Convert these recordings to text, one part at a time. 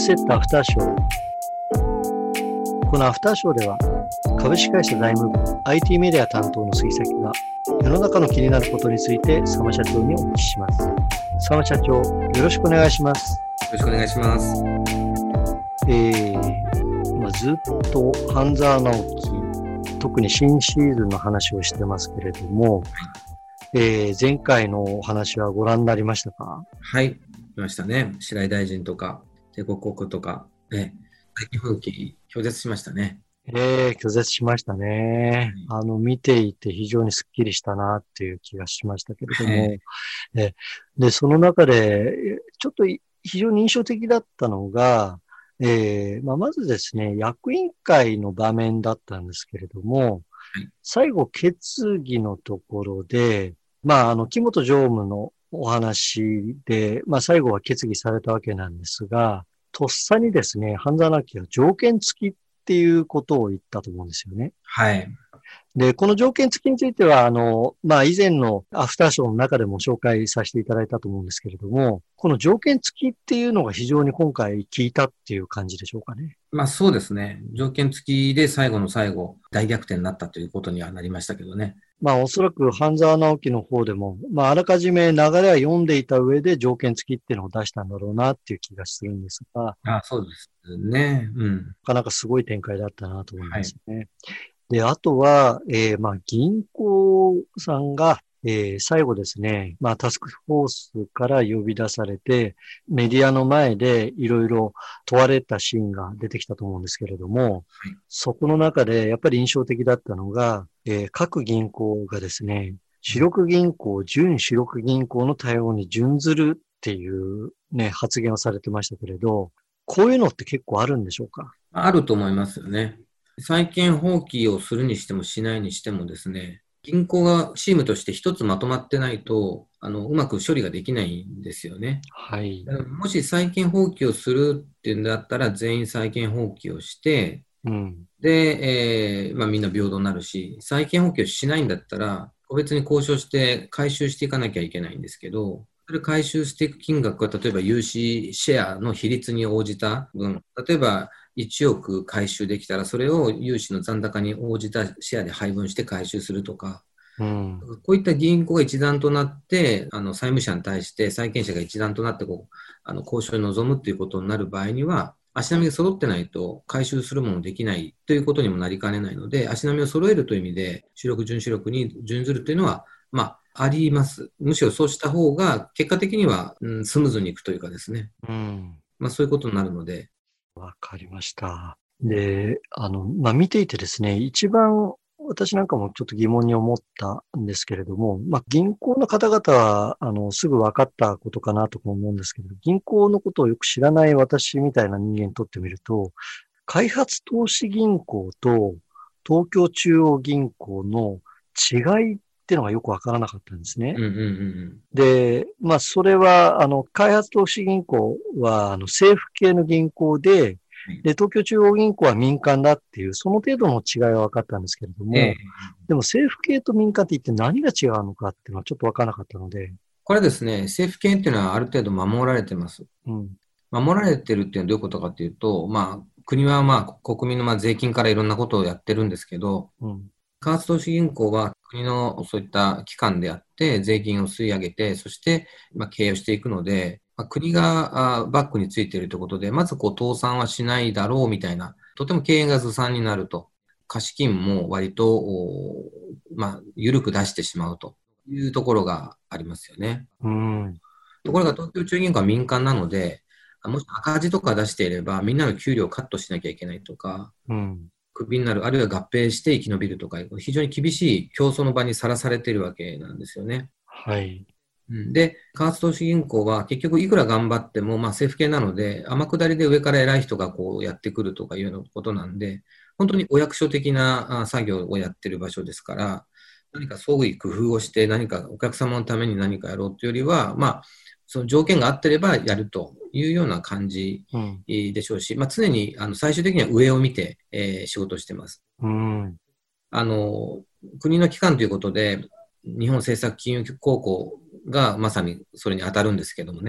スセットアフターショー。このアフターショーでは株式会社財務部 IT メディア担当の杉崎が世の中の気になることについて佐間社長にお聞きします。佐間社長、よろしくお願いします。 よろしくお願いします。 ずっと半沢直樹、特に新シーズンの話をしてますけれども、前回のお話はご覧になりましたか？ はい、見ましたね。白井大臣とか帝国航空とか、最近風紀拒絶しましたね。 拒絶しましたね。見ていて非常にスッキリしたなっていう気がしましたけれども、で、その中で、ちょっと非常に印象的だったのが、まずですね、役員会の場面だったんですけれども、最後決議のところで、木本常務のお話で、最後は決議されたわけなんですが、とっさにですね、半沢直樹は条件付きっていうことを言ったと思うんですよね。 はい。 で、この条件付きについては、以前のアフターショーの中でも紹介させていただいたと思うんですけれども、この条件付きっていうのが非常に今回効いたっていう感じでしょうかね。 そうですね。条件付きで最後の最後、大逆転になったということにはなりましたけどね。 おそらく半沢直樹の方でも、あらかじめ流れは読んでいた上で条件付きっていうのを出したんだろうなっていう気がするんですが。 そうですね。 なかなかすごい展開だったなと思いますね。で、あとは、銀行さんが、最後ですね、タスクフォースから呼び出されて、メディアの前でいろいろ問われたシーンが出てきたと思うんですけれども、そこの中でやっぱり印象的だったのが、各銀行がですね、主力銀行、準主力銀行の対応に準ずるっていうね、発言をされてましたけれど、こういうのって結構あるんでしょうか？ あると思いますよね。債権放棄をするにしてもしないにしてもですね、銀行がチームとして一つまとまってないと、うまく処理ができないんですよね。 はい。 もし債権放棄をするっていうんだったら、全員債権放棄をして、で、みんな平等になるし、債権放棄をしないんだったら、個別に交渉して回収していかなきゃいけないんですけど、それ回収していく金額は、例えば融資シェアの比率に応じた分、例えば1億回収できたら、それを融資の残高に応じたシェアで配分して回収するとか、こういった銀行が一段となって、債務者に対して債権者が一段となって交渉に臨むということになる場合には、足並みが揃ってないと回収するものできないということにもなりかねないので、足並みを揃えるという意味で、主力、準主力に準ずるというのは、あります。むしろそうした方が、結果的には、スムーズにいくというかですね。そういうことになるので。 わかりました。で、見ていてですね、一番私なんかもちょっと疑問に思ったんですけれども、銀行の方々は、すぐ分かったことかなと思うんですけど、銀行のことをよく知らない私みたいな人間にとってみると、開発投資銀行と東京中央銀行の違いっていうのがよくわからなかったんですね。で、それは、開発投資銀行は、政府系の銀行で、東京中央銀行は民間だっていう、その程度の違いは分かったんですけれども、でも政府系と民間って一体何が違うのかっていうのはちょっと分からなかったので。 これですね、政府系っていうのはある程度守られてます。守られてるっていうのはどういうことかっていうと、国は国民の税金からいろんなことをやってるんですけど、開発投資銀行は国のそういった機関であって、税金を吸い上げて、そして経営をしていくので、国がバックについているということで、まず倒産はしないだろうみたいな、とても経営がずさんになると、貸金も割と、緩く出してしまうというところがありますよね。ところが東京中央銀行は民間なので、もし赤字とか出していれば、みんなの給料をカットしなきゃいけないとか、クビになる、あるいは合併して生き延びるとか、非常に厳しい競争の場にさらされているわけなんですよね。で、開発投資銀行は結局いくら頑張っても、政府系なので、天下りで上から偉い人がやってくるとかいうようなことなんで、本当にお役所的な作業をやってる場所ですから、何か創意工夫をして何かお客様のために何かやろうというよりは、その条件が合ってればやるというような感じでしょうし、常に最終的には上を見て、仕事をしています。国の機関ということで、日本政策金融高校がまさにそれに当たるんですけどもね。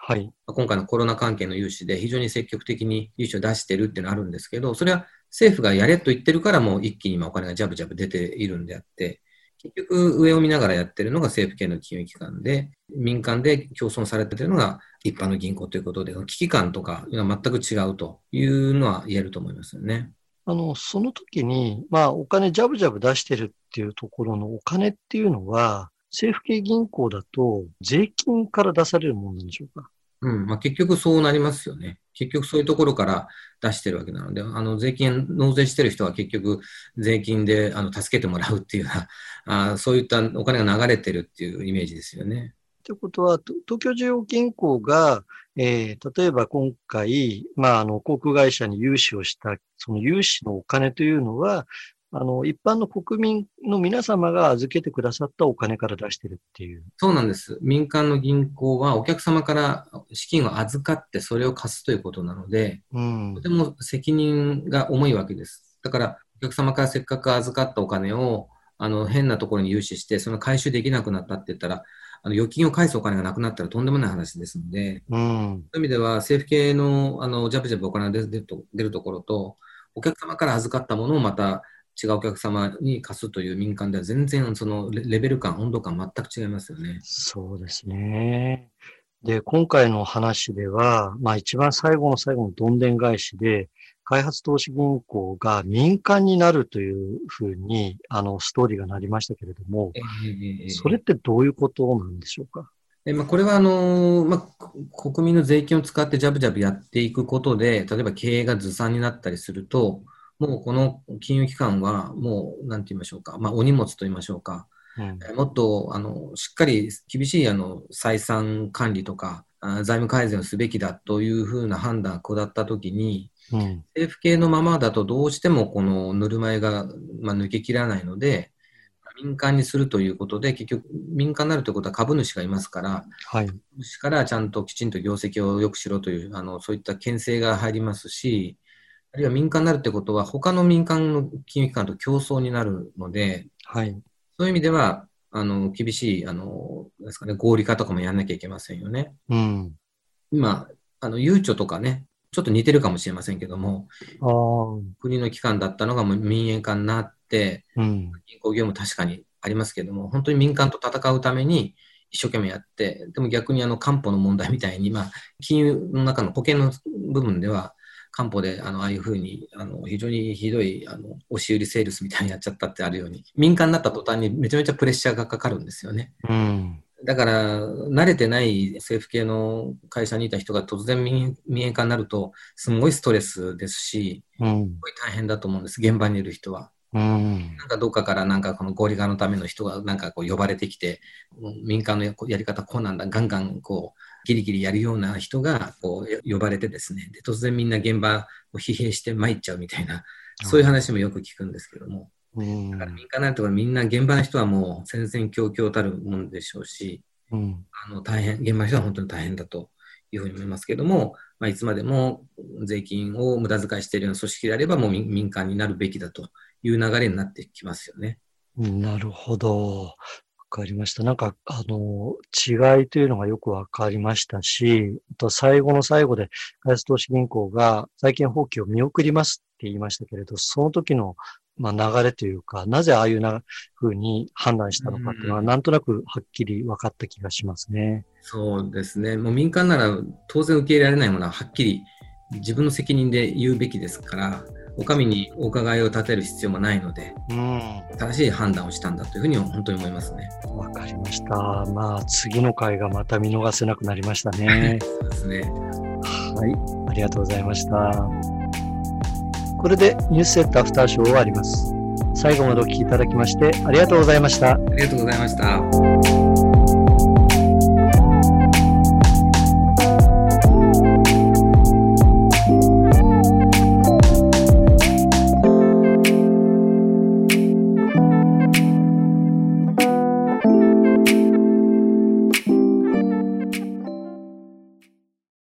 はい。 今回のコロナ関係の融資で非常に積極的に融資を出してるっていうのはあるんですけど、それは政府がやれと言ってるからもう一気に今お金がジャブジャブ出ているんであって、結局上を見ながらやってるのが政府系の金融機関で、民間で共存されているのが一般の銀行ということで、危機感とか全く違うというのは言えると思いますよね。 その時に、お金ジャブジャブ出してるっていうところのお金っていうのは、政府系銀行だと税金から出されるものなんでしょうか？ 結局そうなりますよね。結局そういうところから出してるわけなので、税金、納税してる人は結局税金で助けてもらうっていうようなそういったお金が流れてるっていうイメージですよね。 ということは、東京中央銀行が、例えば今回、航空会社に融資をした、その融資のお金というのは、一般の国民の皆様が預けてくださったお金から出してるっていう。 そうなんです。民間の銀行はお客様から資金を預かってそれを貸すということなので、とても責任が重いわけです。だから、お客様からせっかく預かったお金を、変なところに融資して、その回収できなくなったって言ったら、預金を返すお金がなくなったらとんでもない話ですので、そういう意味では政府系の、ジャブジャブお金が出るところと、お客様から預かったものをまた違うお客様に貸すという民間では全然そのレベル感、温度感全く違いますよね。 そうですね。で、今回の話では、一番最後の最後のどんでん返しで、開発投資銀行が民間になるというふうに、ストーリーがなりましたけれども、それってどういうことなんでしょうか？ これは国民の税金を使ってジャブジャブやっていくことで、例えば経営がずさんになったりすると、もうこの金融機関はもう、なんて言いましょうか、お荷物と言いましょうか、もっとしっかり厳しい採算管理とか財務改善をすべきだというふうな判断が下ったときに、政府系のままだとどうしてもこのぬるま湯が、抜けきらないので、民間にするということで、結局民間になるということは株主がいますから、株主からちゃんときちんと業績を良くしろというそういった牽制が入りますし、あるいは民間になるということは他の民間の金融機関と競争になるので、そういう意味では厳しいですかね、合理化とかもやらなきゃいけませんよね。今ゆうちょとかね、ちょっと似てるかもしれませんけども、国の機関だったのが民営化になって、銀行業務確かにありますけども、本当に民間と戦うために一生懸命やって、でも逆に担保の問題みたいに、金融の中の保険の部分では、担保でああいうふうに非常にひどい押し売りセールスみたいにやっちゃったってあるように、民間になった途端にめちゃめちゃプレッシャーがかかるんですよね。だから慣れてない政府系の会社にいた人が突然民営化になるとすごいストレスですし、すごい大変だと思うんです、現場にいる人は。なんかどっかからこの合理化のための人が呼ばれてきて、民間のやり方こうなんだ、ガンガンギリギリやるような人が呼ばれてですね、で突然みんな現場を疲弊して参っちゃうみたいな、そういう話もよく聞くんですけども、だから民間になるとみんな現場の人はもう戦々恐々たるものでしょうし、大変、現場の人は本当に大変だというふうに思いますけども、いつまでも税金を無駄遣いしているような組織であればもう民間になるべきだという流れになってきますよね。 なるほど。わかりました。違いというのがよくわかりましたし、最後の最後で、開発投資銀行が債権放棄を見送りますって言いましたけれど、その時の流れというか、なぜああいうふうに判断したのかっていうのは、なんとなくはっきり分かった気がしますね。 そうですね。もう民間なら当然受け入れられないものははっきり自分の責任で言うべきですから、お上にお伺いを立てる必要もないので、正しい判断をしたんだというふうに本当に思いますね。 わかりました。次の回がまた見逃せなくなりましたね。 そうですね。 はい、ありがとうございました。これでニュースセットアフターショーを終わります。最後までお聞きいただきましてありがとうございました。 ありがとうございました。